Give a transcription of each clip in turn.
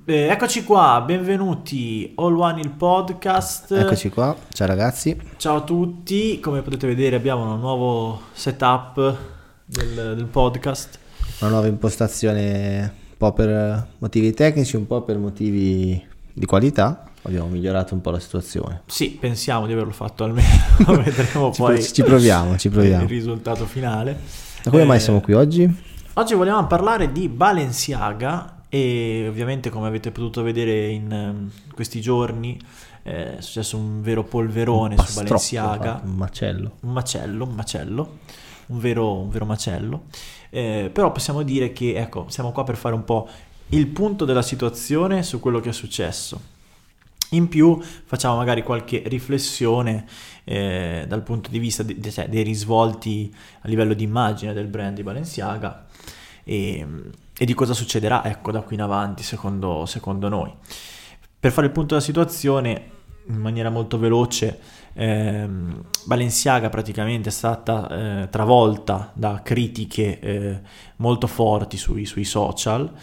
Eccoci qua, benvenuti All One il podcast. Eccoci qua, ciao ragazzi. Ciao a tutti, come potete vedere abbiamo un nuovo setup del podcast. Una nuova impostazione, un po' per motivi tecnici, un po' per motivi di qualità. Abbiamo migliorato un po' la situazione. Sì, pensiamo di averlo fatto almeno, vedremo poi Ci proviamo. il risultato finale. Da come mai siamo qui oggi? Oggi vogliamo parlare di Balenciaga e ovviamente, come avete potuto vedere in questi giorni, è successo un vero polverone su Balenciaga. Un macello. Un vero macello. Però possiamo dire che, ecco, siamo qua per fare un po' il punto della situazione su quello che è successo. In più facciamo magari qualche riflessione dal punto di vista dei risvolti a livello di immagine del brand di Balenciaga e di cosa succederà, ecco, da qui in avanti secondo noi. Per fare il punto della situazione in maniera molto veloce, Balenciaga praticamente è stata travolta da critiche molto forti sui social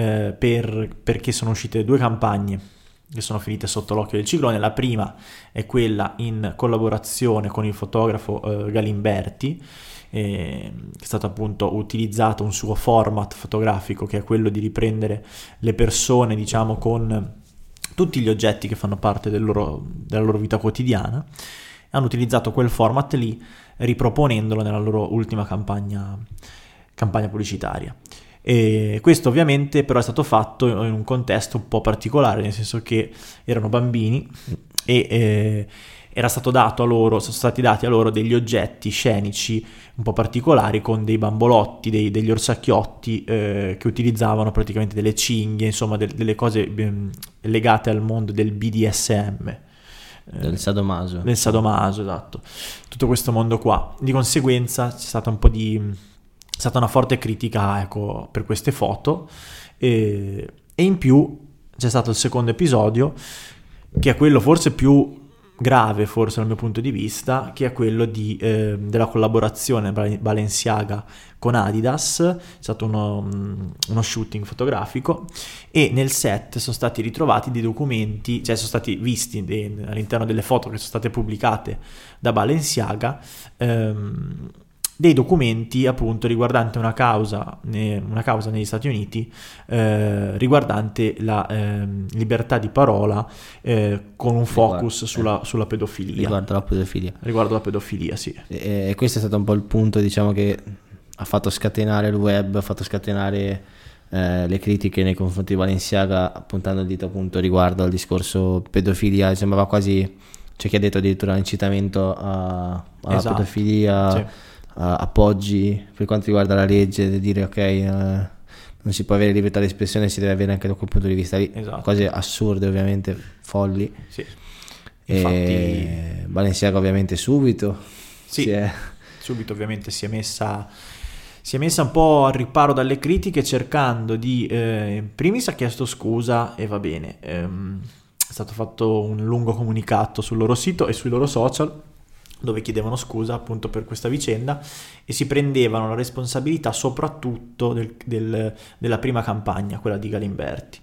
perché sono uscite due campagne che sono finite sotto l'occhio del ciclone. La prima è quella in collaborazione con il fotografo Galimberti, è stato appunto utilizzato un suo format fotografico che è quello di riprendere le persone, diciamo, con tutti gli oggetti che fanno parte della loro vita quotidiana. Hanno utilizzato quel format lì riproponendolo nella loro ultima campagna pubblicitaria. E questo ovviamente però è stato fatto in un contesto un po' particolare, nel senso che erano bambini e sono stati dati a loro degli oggetti scenici un po' particolari con dei bambolotti, degli orsacchiotti che utilizzavano praticamente delle cinghie, insomma delle cose legate al mondo del BDSM. Del sadomaso. Del sadomaso, esatto. Tutto questo mondo qua. Di conseguenza c'è stata una forte critica, ecco, per queste foto e in più c'è stato il secondo episodio, che è quello forse più grave, forse dal mio punto di vista, che è quello della collaborazione Balenciaga con Adidas. È stato uno shooting fotografico e nel set sono stati ritrovati dei documenti, cioè sono stati visti all'interno delle foto che sono state pubblicate da Balenciaga dei documenti appunto riguardante una causa negli Stati Uniti riguardante la libertà di parola con un focus sulla pedofilia. Riguardo la pedofilia, sì. E questo è stato un po' il punto, diciamo, che ha fatto scatenare il web, ha fatto scatenare le critiche nei confronti di Balenciaga, puntando il dito appunto riguardo al discorso pedofilia. Sembrava quasi, c'è chi ha detto addirittura un incitamento alla esatto, pedofilia. sì. Appoggi per quanto riguarda la legge, di dire ok, non si può avere libertà di espressione, si deve avere anche da quel punto di vista lì. Esatto. Cose assurde, ovviamente, folli. Sì. Infatti Balenciaga ovviamente subito subito ovviamente si è messa un po' al riparo dalle critiche, cercando di primis ha chiesto scusa e va bene, è stato fatto un lungo comunicato sul loro sito e sui loro social dove chiedevano scusa appunto per questa vicenda e si prendevano la responsabilità soprattutto della prima campagna, quella di Galimberti,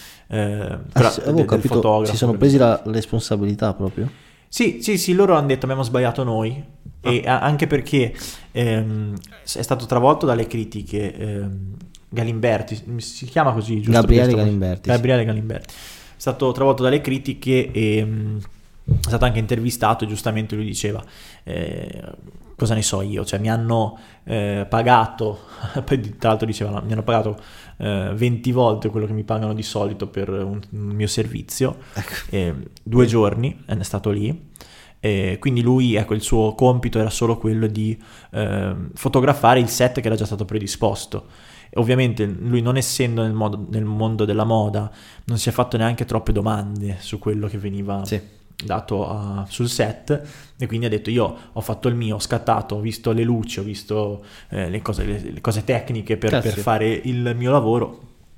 del fotografo. Si sono presi la responsabilità proprio? Sì, loro hanno detto abbiamo sbagliato noi, e anche perché è stato travolto dalle critiche. Galimberti, si chiama così, giusto? Gabriele Galimberti. È stato travolto dalle critiche e è stato anche intervistato e giustamente lui diceva cosa ne so io, cioè mi hanno pagato, poi tra l'altro diceva mi hanno pagato 20 volte quello che mi pagano di solito per un mio servizio, 2 giorni è stato lì, quindi lui, ecco, il suo compito era solo quello di fotografare il set che era già stato predisposto. E ovviamente lui, non essendo nel mondo della moda, non si è fatto neanche troppe domande su quello che veniva dato sul set, e quindi ha detto io ho fatto il mio, ho scattato, ho visto le luci, ho visto le cose tecniche per fare il mio lavoro,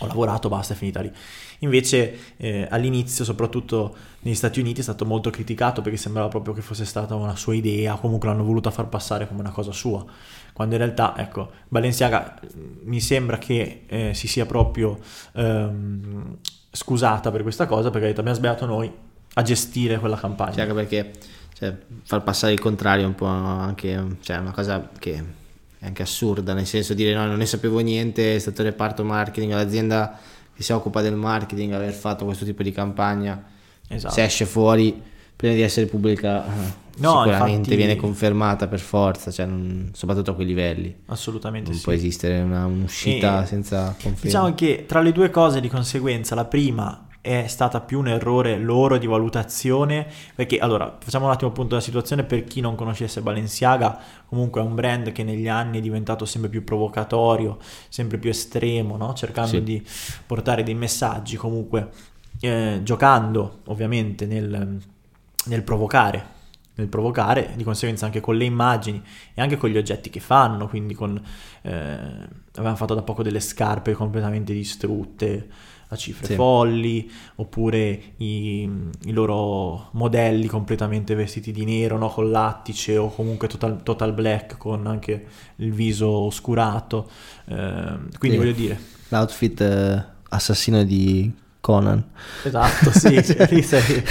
ho lavorato, basta, è finita lì. Invece all'inizio, soprattutto negli Stati Uniti, è stato molto criticato perché sembrava proprio che fosse stata una sua idea, comunque l'hanno voluta far passare come una cosa sua, quando in realtà, ecco, Balenciaga mi sembra che si sia proprio scusata per questa cosa, perché ha detto abbiamo sbagliato noi a gestire quella campagna. Cioè, anche perché far passare il contrario è un po' anche, cioè, una cosa che è anche assurda, nel senso dire no, non ne sapevo niente, è stato il reparto marketing, l'azienda che si occupa del marketing, aver fatto questo tipo di campagna. Esatto. Se esce fuori prima di essere pubblica, sicuramente infatti, viene confermata per forza, cioè soprattutto a quei livelli. Assolutamente non sì. può esistere un'uscita senza conferma. Diciamo che tra le due cose, di conseguenza, la prima è stata più un errore loro di valutazione, perché allora facciamo un attimo appunto la situazione per chi non conoscesse Balenciaga. Comunque è un brand che negli anni è diventato sempre più provocatorio, sempre più estremo, no? Cercando di portare dei messaggi, comunque giocando ovviamente nel provocare, di conseguenza anche con le immagini e anche con gli oggetti che fanno, quindi avevano fatto da poco delle scarpe completamente distrutte a cifre folli, oppure i loro modelli completamente vestiti di nero, no? Con lattice o comunque total black, con anche il viso oscurato, quindi voglio dire, l'outfit assassino di Conan. Esatto, sì, lì sei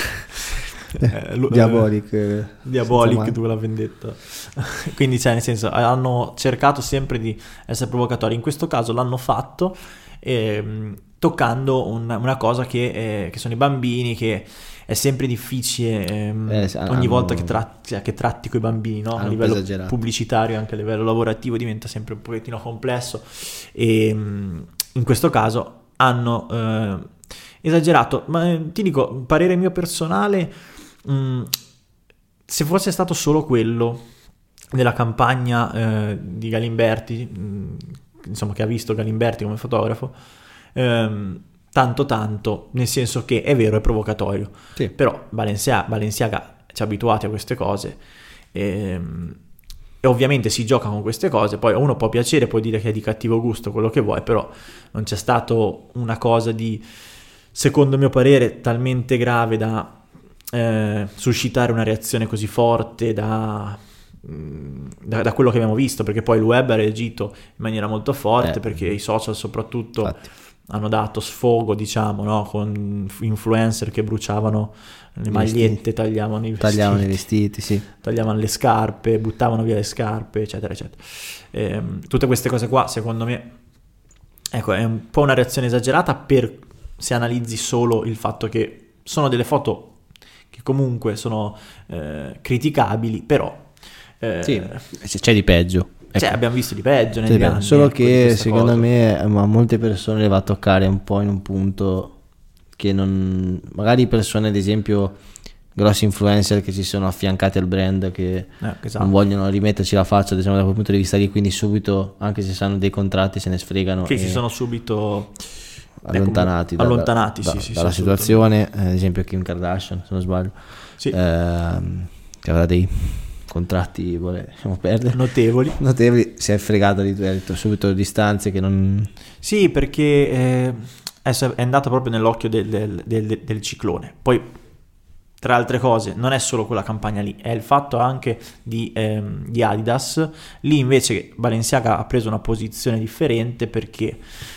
Diabolic tu la vendetta. Quindi, cioè, nel senso, hanno cercato sempre di essere provocatori. In questo caso l'hanno fatto toccando una cosa che sono i bambini, che è sempre difficile ogni volta che tratti coi bambini, no? A livello pubblicitario, anche a livello lavorativo diventa sempre un pochettino complesso, e in questo caso hanno esagerato. Ma ti dico, parere mio personale, se fosse stato solo quello della campagna di Galimberti, insomma, che ha visto Galimberti come fotografo, tanto, nel senso che è vero, è provocatorio, però Balenciaga ci ha abituati a queste cose, e ovviamente si gioca con queste cose. Poi uno può piacere, può dire che è di cattivo gusto, quello che vuoi, però non c'è stato una cosa di, secondo mio parere, talmente grave da suscitare una reazione così forte da quello che abbiamo visto, perché poi il web ha reagito in maniera molto forte, perché i social soprattutto hanno dato sfogo, diciamo, no? Con influencer che bruciavano le magliette, tagliavano i vestiti, sì. Tagliavano le scarpe, buttavano via le scarpe, eccetera eccetera. Tutte queste cose qua, secondo me, ecco, è un po' una reazione esagerata, se analizzi solo il fatto che sono delle foto che comunque sono criticabili, però c'è di peggio. Cioè, abbiamo visto di peggio negli anni. Solo che secondo me a molte persone le va a toccare un po' in un punto che non, magari persone, ad esempio grossi influencer che si sono affiancati al brand, che non vogliono rimetterci la faccia, diciamo, da quel punto di vista lì, quindi subito, anche se sanno dei contratti, se ne sfregano, che si sono subito allontanati dalla situazione. Ad esempio Kim Kardashian, se non sbaglio, che avrà dei contratti lasciamo perdere, notevoli, si è fregato di tutto, subito distanze che non... Sì, perché è andato proprio nell'occhio del ciclone. Poi, tra altre cose, non è solo quella campagna lì, è il fatto anche di Adidas. Lì invece Balenciaga ha preso una posizione differente, perché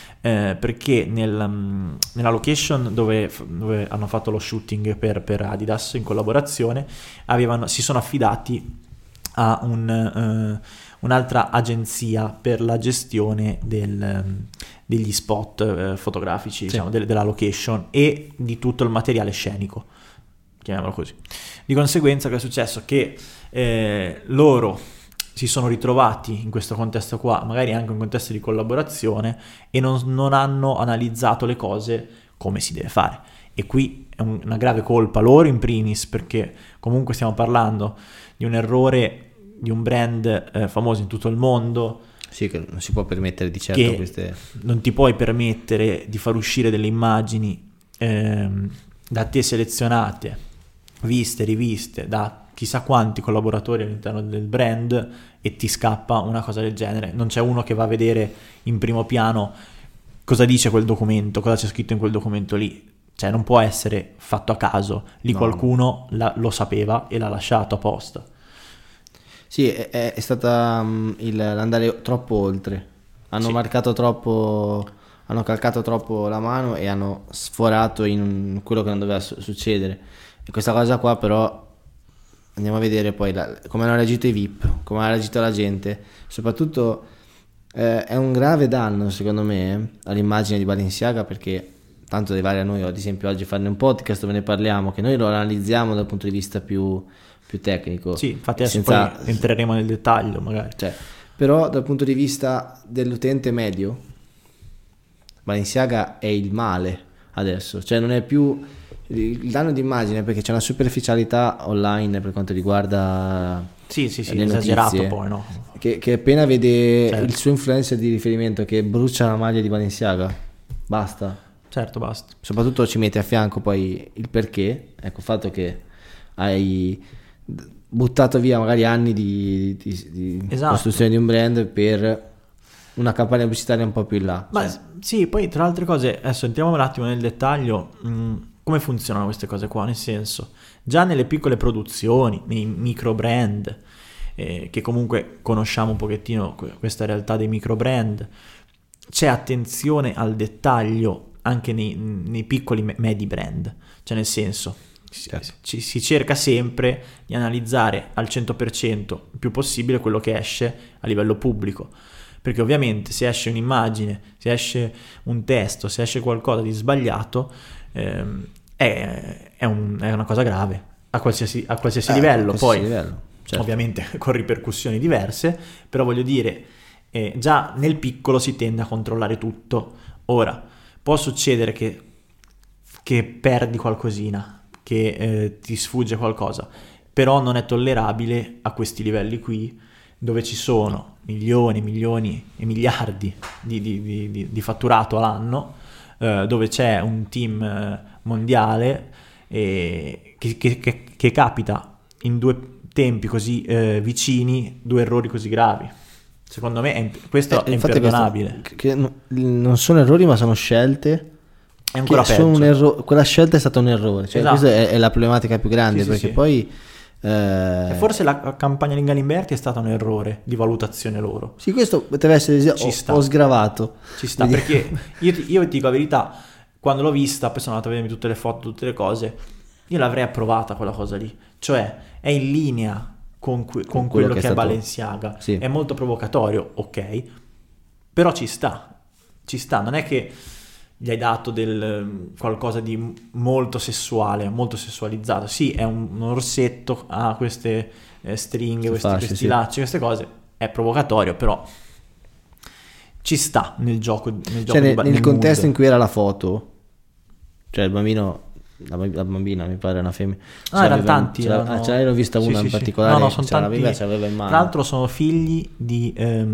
nella location dove hanno fatto lo shooting per Adidas in collaborazione, si sono affidati a un'altra agenzia per la gestione degli spot fotografici, diciamo, della location e di tutto il materiale scenico, chiamiamolo così. Di conseguenza, che è successo? Che loro si sono ritrovati in questo contesto qua, magari anche un contesto di collaborazione, e non hanno analizzato le cose come si deve fare. E qui è una grave colpa loro in primis, perché comunque stiamo parlando di un errore di un brand famoso in tutto il mondo. Sì, che non si può permettere di certo queste... Non ti puoi permettere di far uscire delle immagini da te selezionate, viste, riviste, da chissà quanti collaboratori all'interno del brand, e ti scappa una cosa del genere. Non c'è uno che va a vedere in primo piano cosa dice quel documento, cosa c'è scritto in quel documento lì. Cioè non può essere fatto a caso, lì No. qualcuno lo sapeva e l'ha lasciato apposta. Sì, è stata l'andare troppo oltre. Hanno Sì. marcato troppo, hanno calcato troppo la mano e hanno sforato in quello che non doveva succedere. E questa cosa qua però andiamo a vedere poi come hanno reagito i VIP, come ha reagito la gente. Soprattutto è un grave danno secondo me all'immagine di Balenciaga, perché tanto deve a noi ad esempio oggi farne un podcast dove ne parliamo, che noi lo analizziamo dal punto di vista più tecnico. Sì, infatti adesso poi entreremo nel dettaglio magari. Cioè, però dal punto di vista dell'utente medio Balenciaga è il male adesso, cioè non è più il danno d'immagine, perché c'è una superficialità online per quanto riguarda Sì, le esagerato notizie, poi, no? che appena vede Certo. il suo influencer di riferimento che brucia la maglia di Balenciaga, basta. Certo, basta. Soprattutto ci mette a fianco poi il perché, ecco, il fatto che hai buttato via magari anni di Esatto. costruzione di un brand per una campagna pubblicitaria un po' più in là. Ma Cioè, sì, poi tra le altre cose, adesso entriamo un attimo nel dettaglio, come funzionano queste cose qua, nel senso, già nelle piccole produzioni, nei micro brand, che comunque conosciamo un pochettino questa realtà dei micro brand, c'è attenzione al dettaglio anche nei piccoli medi brand, cioè nel senso si cerca sempre di analizzare al 100% il più possibile quello che esce a livello pubblico, perché ovviamente se esce un'immagine, se esce un testo, se esce qualcosa di sbagliato, è una cosa grave a qualsiasi livello, poi livello, certo. Ovviamente con ripercussioni diverse, però voglio dire, già nel piccolo si tende a controllare tutto. Ora, può succedere che perdi qualcosina, che ti sfugge qualcosa, però non è tollerabile a questi livelli qui, dove ci sono milioni e miliardi di fatturato all'anno, dove c'è un team mondiale che capita in due tempi così vicini due errori così gravi. Secondo me questo è imperdonabile. Che non sono errori, ma sono scelte. È ancora peggio. Quella scelta è stata un errore. Cioè, Esatto. questa è la problematica più grande, Sì, perché sì. poi E forse la campagna di Galimberti è stata un errore di valutazione loro. sì, questo poteva essere Ci sta. ho sgravato. Ci sta, Quindi- perché io ti dico la verità, quando l'ho vista, poi sono andato a vedermi tutte le foto, tutte le cose, io l'avrei approvata quella cosa lì, cioè è in linea con quello che è stato- Balenciaga, sì. è molto provocatorio, ok, però ci sta, non è che gli hai dato qualcosa di molto sessuale, molto sessualizzato. Sì, è un orsetto, ha queste stringhe, Fasci, questi sì. lacci, queste cose, è provocatorio, però ci sta nel gioco, cioè, nel nel contesto mood. in cui era la foto, cioè il bambino, la bambina mi pare una femmina. Erano tanti. Ce l'avevo vista Sì, una sì, in sì. particolare. No, sono ce tanti. l'aveva in mano. Tra l'altro sono figli di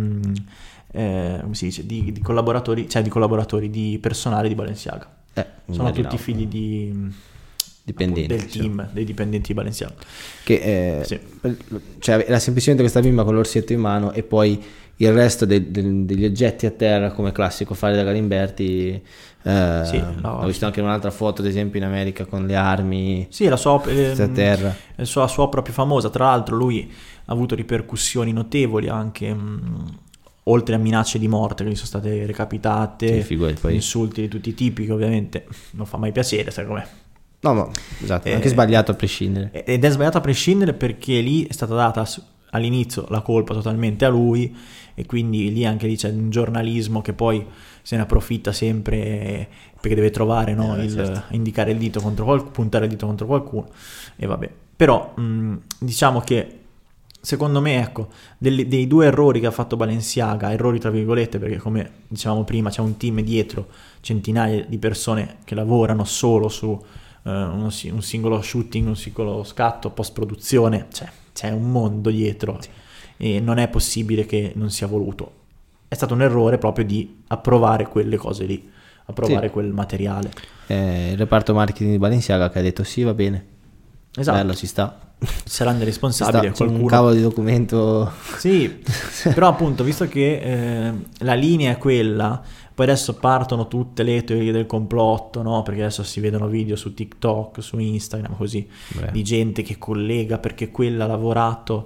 come si dice, di collaboratori, cioè di collaboratori di personale di Balenciaga. Sono immaginavo. tutti figli di Dipendenti, del sì. team, dei dipendenti di Balenciaga. Che Sì. cioè, era semplicemente questa bimba con l'orsetto in mano e poi il resto degli oggetti a terra, come classico fare da Galimberti. Ho visto anche un'altra foto, ad esempio, in America con le armi. Sì, la sua a terra. la sua opera più famosa. Tra l'altro lui ha avuto ripercussioni notevoli anche, oltre a minacce di morte che gli sono state recapitate, Sì, figurati, poi. insulti di tutti i tipi, che ovviamente non fa mai piacere, sai com'è. No, ma esatto, è anche sbagliato a prescindere. Ed è sbagliato a prescindere, perché lì è stata data all'inizio la colpa totalmente a lui, e quindi lì anche lì c'è un giornalismo che poi se ne approfitta sempre, perché deve trovare, no, certo. indicare il dito contro qualcuno, puntare il dito contro qualcuno, e vabbè. Però diciamo che secondo me, ecco, dei due errori che ha fatto Balenciaga, errori tra virgolette, perché come dicevamo prima c'è un team dietro, centinaia di persone che lavorano solo su un singolo shooting, un singolo scatto, post produzione, cioè c'è un mondo dietro, sì. E non è possibile che non sia voluto. È stato un errore proprio di approvare quelle cose lì, approvare Sì. quel materiale. Il reparto marketing di Balenciaga che ha detto sì, va bene, Esatto. bello, ci sta. Saranno responsabili C'è qualcuno. un cavolo di documento. Sì, però appunto, visto che la linea è quella, Poi adesso partono tutte le teorie del complotto, no? Perché adesso si vedono video su TikTok, su Instagram, così, di gente che collega perché quella ha lavorato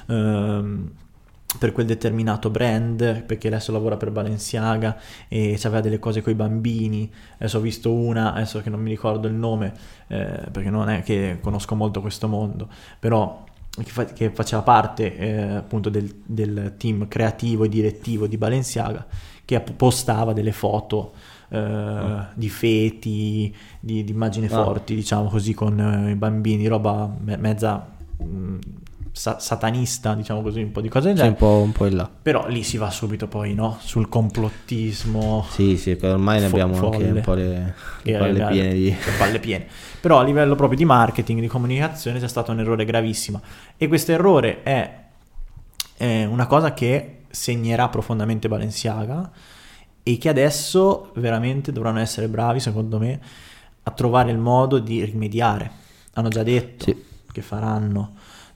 per quel determinato brand, perché adesso lavora per Balenciaga e aveva delle cose coi bambini. Adesso ho visto una, adesso che non mi ricordo il nome, perché non è che conosco molto questo mondo, però che faceva parte appunto del team creativo e direttivo di Balenciaga, che postava delle foto di feti, di immagini forti, diciamo così, con i bambini, roba mezza satanista, diciamo così, un po' di cose del genere. Un po' in là. Però lì si va subito poi, no? Sul complottismo. Sì, ormai ne abbiamo anche un po' le palle piene le palle piene. Però a livello proprio di marketing, di comunicazione, c'è stato un errore gravissimo. E questo errore è una cosa che segnerà profondamente Balenciaga e che adesso veramente dovranno essere bravi, secondo me, a trovare il modo di rimediare. Hanno già detto che faranno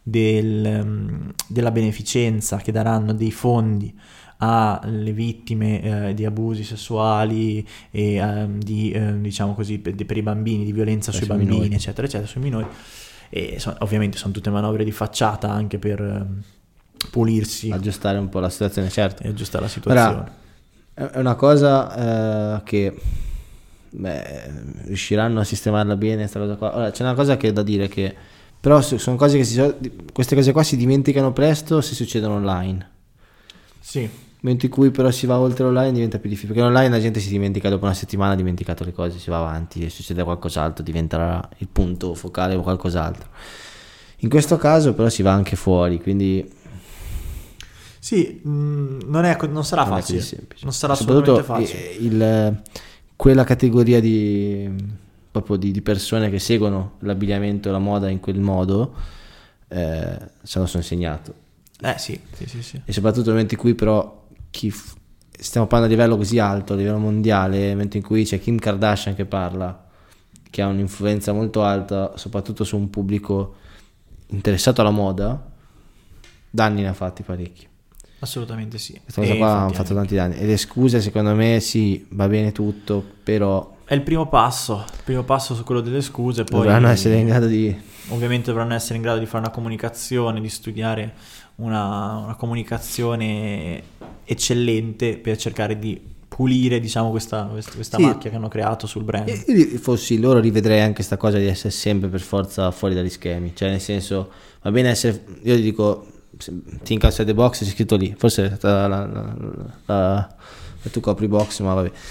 della beneficenza, che daranno dei fondi alle vittime di abusi sessuali e diciamo così per i bambini, di violenza sui bambini, minori, eccetera eccetera, sui minori. E ovviamente sono tutte manovre di facciata anche per pulirsi, aggiustare un po' la situazione, certo, e aggiustare la situazione. Ora, è una cosa che riusciranno a sistemarla bene sta cosa qua. Ora, c'è una cosa che è da dire, che però sono cose che queste cose qua si dimenticano presto se succedono online. Sì. Nel momento in cui però si va oltre online diventa più difficile, perché online la gente si dimentica, dopo una settimana ha dimenticato le cose, si va avanti e succede qualcos'altro, diventerà il punto focale o qualcos'altro. In questo caso però si va anche fuori, quindi sì, non sarà facile, non sarà soprattutto assolutamente facile. Quella categoria proprio di persone che seguono l'abbigliamento e la moda in quel modo, se lo sono insegnato. Sì. E soprattutto nel momento in cui però stiamo parlando a livello così alto, a livello mondiale, nel momento in cui c'è Kim Kardashian che parla, che ha un'influenza molto alta, soprattutto su un pubblico interessato alla moda, danni ne ha fatti parecchi. Assolutamente sì. Questa cosa qua ha fatto tanti danni. E le scuse, secondo me, sì, va bene tutto, però è il primo passo su quello delle scuse. Poi dovranno essere in grado ovviamente dovranno essere in grado di fare una comunicazione, di studiare una comunicazione eccellente per cercare di pulire, diciamo, questa macchia che hanno creato sul brand. Io fossi loro rivedrei anche sta cosa di essere sempre per forza fuori dagli schemi, cioè nel senso, va bene essere, io dico think outside the box, c'è scritto lì, forse è stata tu copri box, ma vabbè.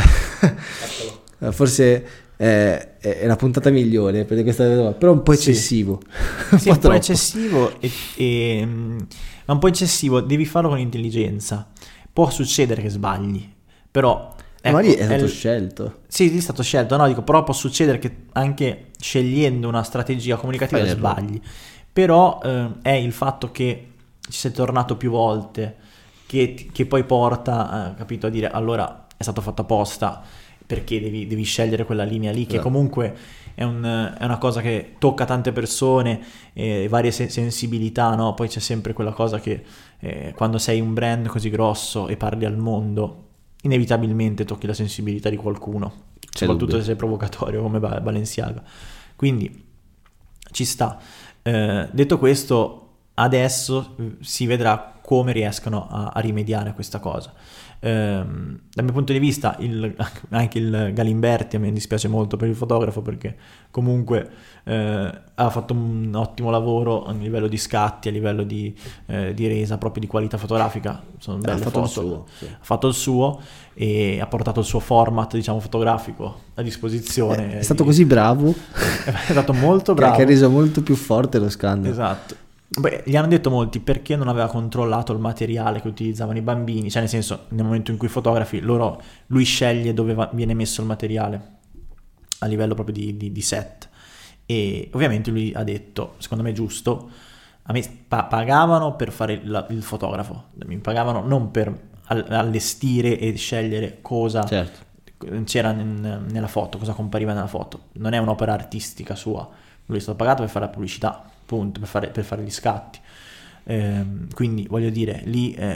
Forse è la puntata migliore per questa, però un po' eccessivo. Sì, un po' eccessivo ma un po' eccessivo, devi farlo con intelligenza. Può succedere che sbagli, però ma lì è stato scelto. Sì, lì è stato scelto, no, dico, però può succedere che anche scegliendo una strategia comunicativa sbagli. Però è il fatto che ci sei tornato più volte che poi porta, capito, a dire allora è stato fatto apposta, perché devi scegliere quella linea lì, che comunque è una cosa che tocca tante persone, varie sensibilità, no? Poi c'è sempre quella cosa che quando sei un brand così grosso e parli al mondo, inevitabilmente tocchi la sensibilità di qualcuno, soprattutto se sei provocatorio come Balenciaga. Quindi ci sta. Detto questo, adesso si vedrà come riescono a rimediare a questa cosa. Dal mio punto di vista anche il Galimberti, a me dispiace molto per il fotografo, perché comunque ha fatto un ottimo lavoro a livello di scatti, a livello di resa, proprio di qualità fotografica. Sono belle foto. Ha fatto il suo e ha portato il suo format, diciamo, fotografico a disposizione. È stato così bravo, è stato molto bravo, che ha reso molto più forte lo scandalo. Esatto. Beh, gli hanno detto molti perché non aveva controllato il materiale che utilizzavano i bambini, cioè nel senso, nel momento in cui fotografi lui sceglie dove viene messo il materiale a livello proprio di set, e ovviamente lui ha detto, secondo me è giusto, a me pagavano per fare il fotografo, mi pagavano non per allestire e scegliere cosa c'era nella foto, cosa compariva nella foto, non è un'opera artistica sua, lui è stato pagato per fare la pubblicità, punto, per fare gli scatti. Quindi voglio dire, lì è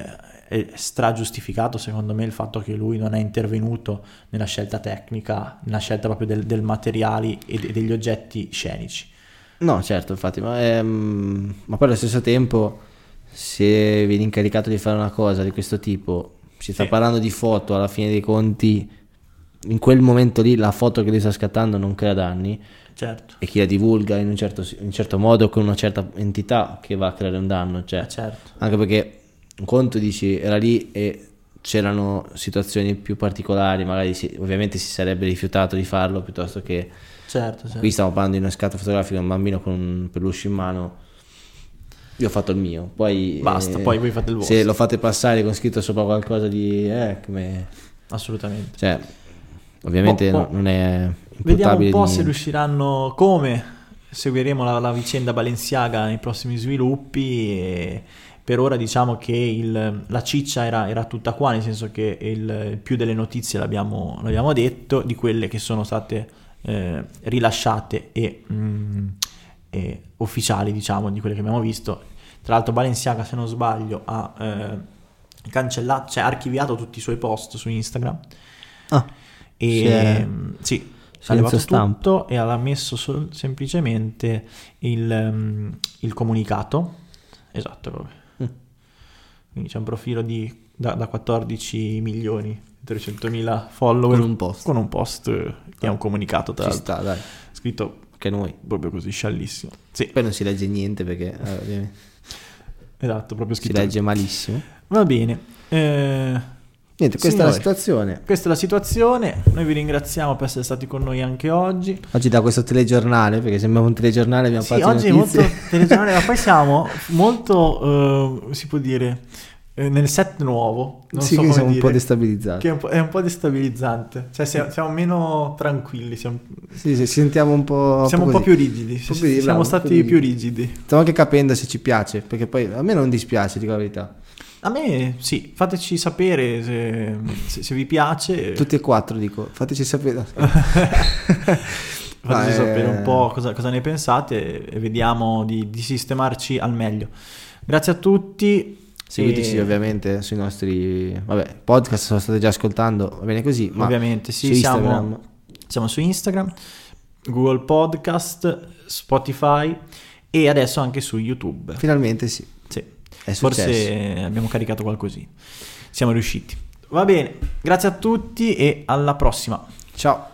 è stragiustificato secondo me il fatto che lui non è intervenuto nella scelta tecnica, nella scelta proprio del materiali e degli oggetti scenici. No, certo, infatti, ma poi allo stesso tempo, se vieni incaricato di fare una cosa di questo tipo, si sta parlando di foto, alla fine dei conti, in quel momento lì la foto che lui sta scattando non crea danni, Certo. e chi la divulga in un certo modo, con una certa entità, che va a creare un danno, cioè, Certo. anche perché un conto dici era lì e c'erano situazioni più particolari, magari ovviamente si sarebbe rifiutato di farlo piuttosto che... Certo. Qui stiamo parlando di uno scatto fotografico di un bambino con un peluche in mano. Io ho fatto il mio, poi Basta, poi voi fate il vostro. se lo fate passare con scritto sopra qualcosa di come, Assolutamente. cioè ovviamente non è Vediamo un imputabile po' di se niente. riusciranno, come seguiremo la vicenda Balenciaga nei prossimi sviluppi. E per ora diciamo che la ciccia era tutta qua, nel senso che il più delle notizie l'abbiamo detto, di quelle che sono state rilasciate e ufficiali, diciamo, di quelle che abbiamo visto. Tra l'altro Balenciaga, se non sbaglio, ha cancellato, cioè ha archiviato tutti i suoi post su Instagram. E sì, ha levato tutto e ha messo semplicemente il comunicato. Esatto, proprio. Quindi c'è un profilo da 14 milioni 300.000 follower con un post che è un comunicato, tra l'altro. Sta, dai. Scritto Che noi proprio così, sciallissimo. Sì. Poi non si legge niente perché ovviamente Esatto, proprio si scritto. legge malissimo. Va bene. Niente, questa signori, è la situazione. Questa è la situazione. Noi vi ringraziamo per essere stati con noi anche oggi. Oggi da questo telegiornale, perché sembra un telegiornale, abbiamo Sì, fatto oggi è notizie. molto telegiornale, ma poi siamo molto, si può dire, nel set nuovo. Non Sì, so che come siamo un dire, po' destabilizzati. che è un po' destabilizzante. Cioè siamo meno tranquilli, siamo Sì, sentiamo un po'. un po' così. più rigidi. Bravo, Siamo stati così. più rigidi. Stiamo anche capendo se ci piace, perché poi a me non dispiace, dico la verità. A me sì, fateci sapere se vi piace. Tutti e quattro dico, fateci sapere. Fateci sapere un po' cosa ne pensate e vediamo di sistemarci al meglio. Grazie a tutti. Seguiteci ovviamente sui nostri podcast, se lo state già ascoltando, va bene così, ma ovviamente sì, su Instagram. siamo su Instagram, Google Podcast, Spotify e adesso anche su YouTube. Finalmente sì. Sì. È Forse successo. abbiamo caricato qualcosina. Siamo riusciti. Va bene, grazie a tutti e alla prossima. Ciao.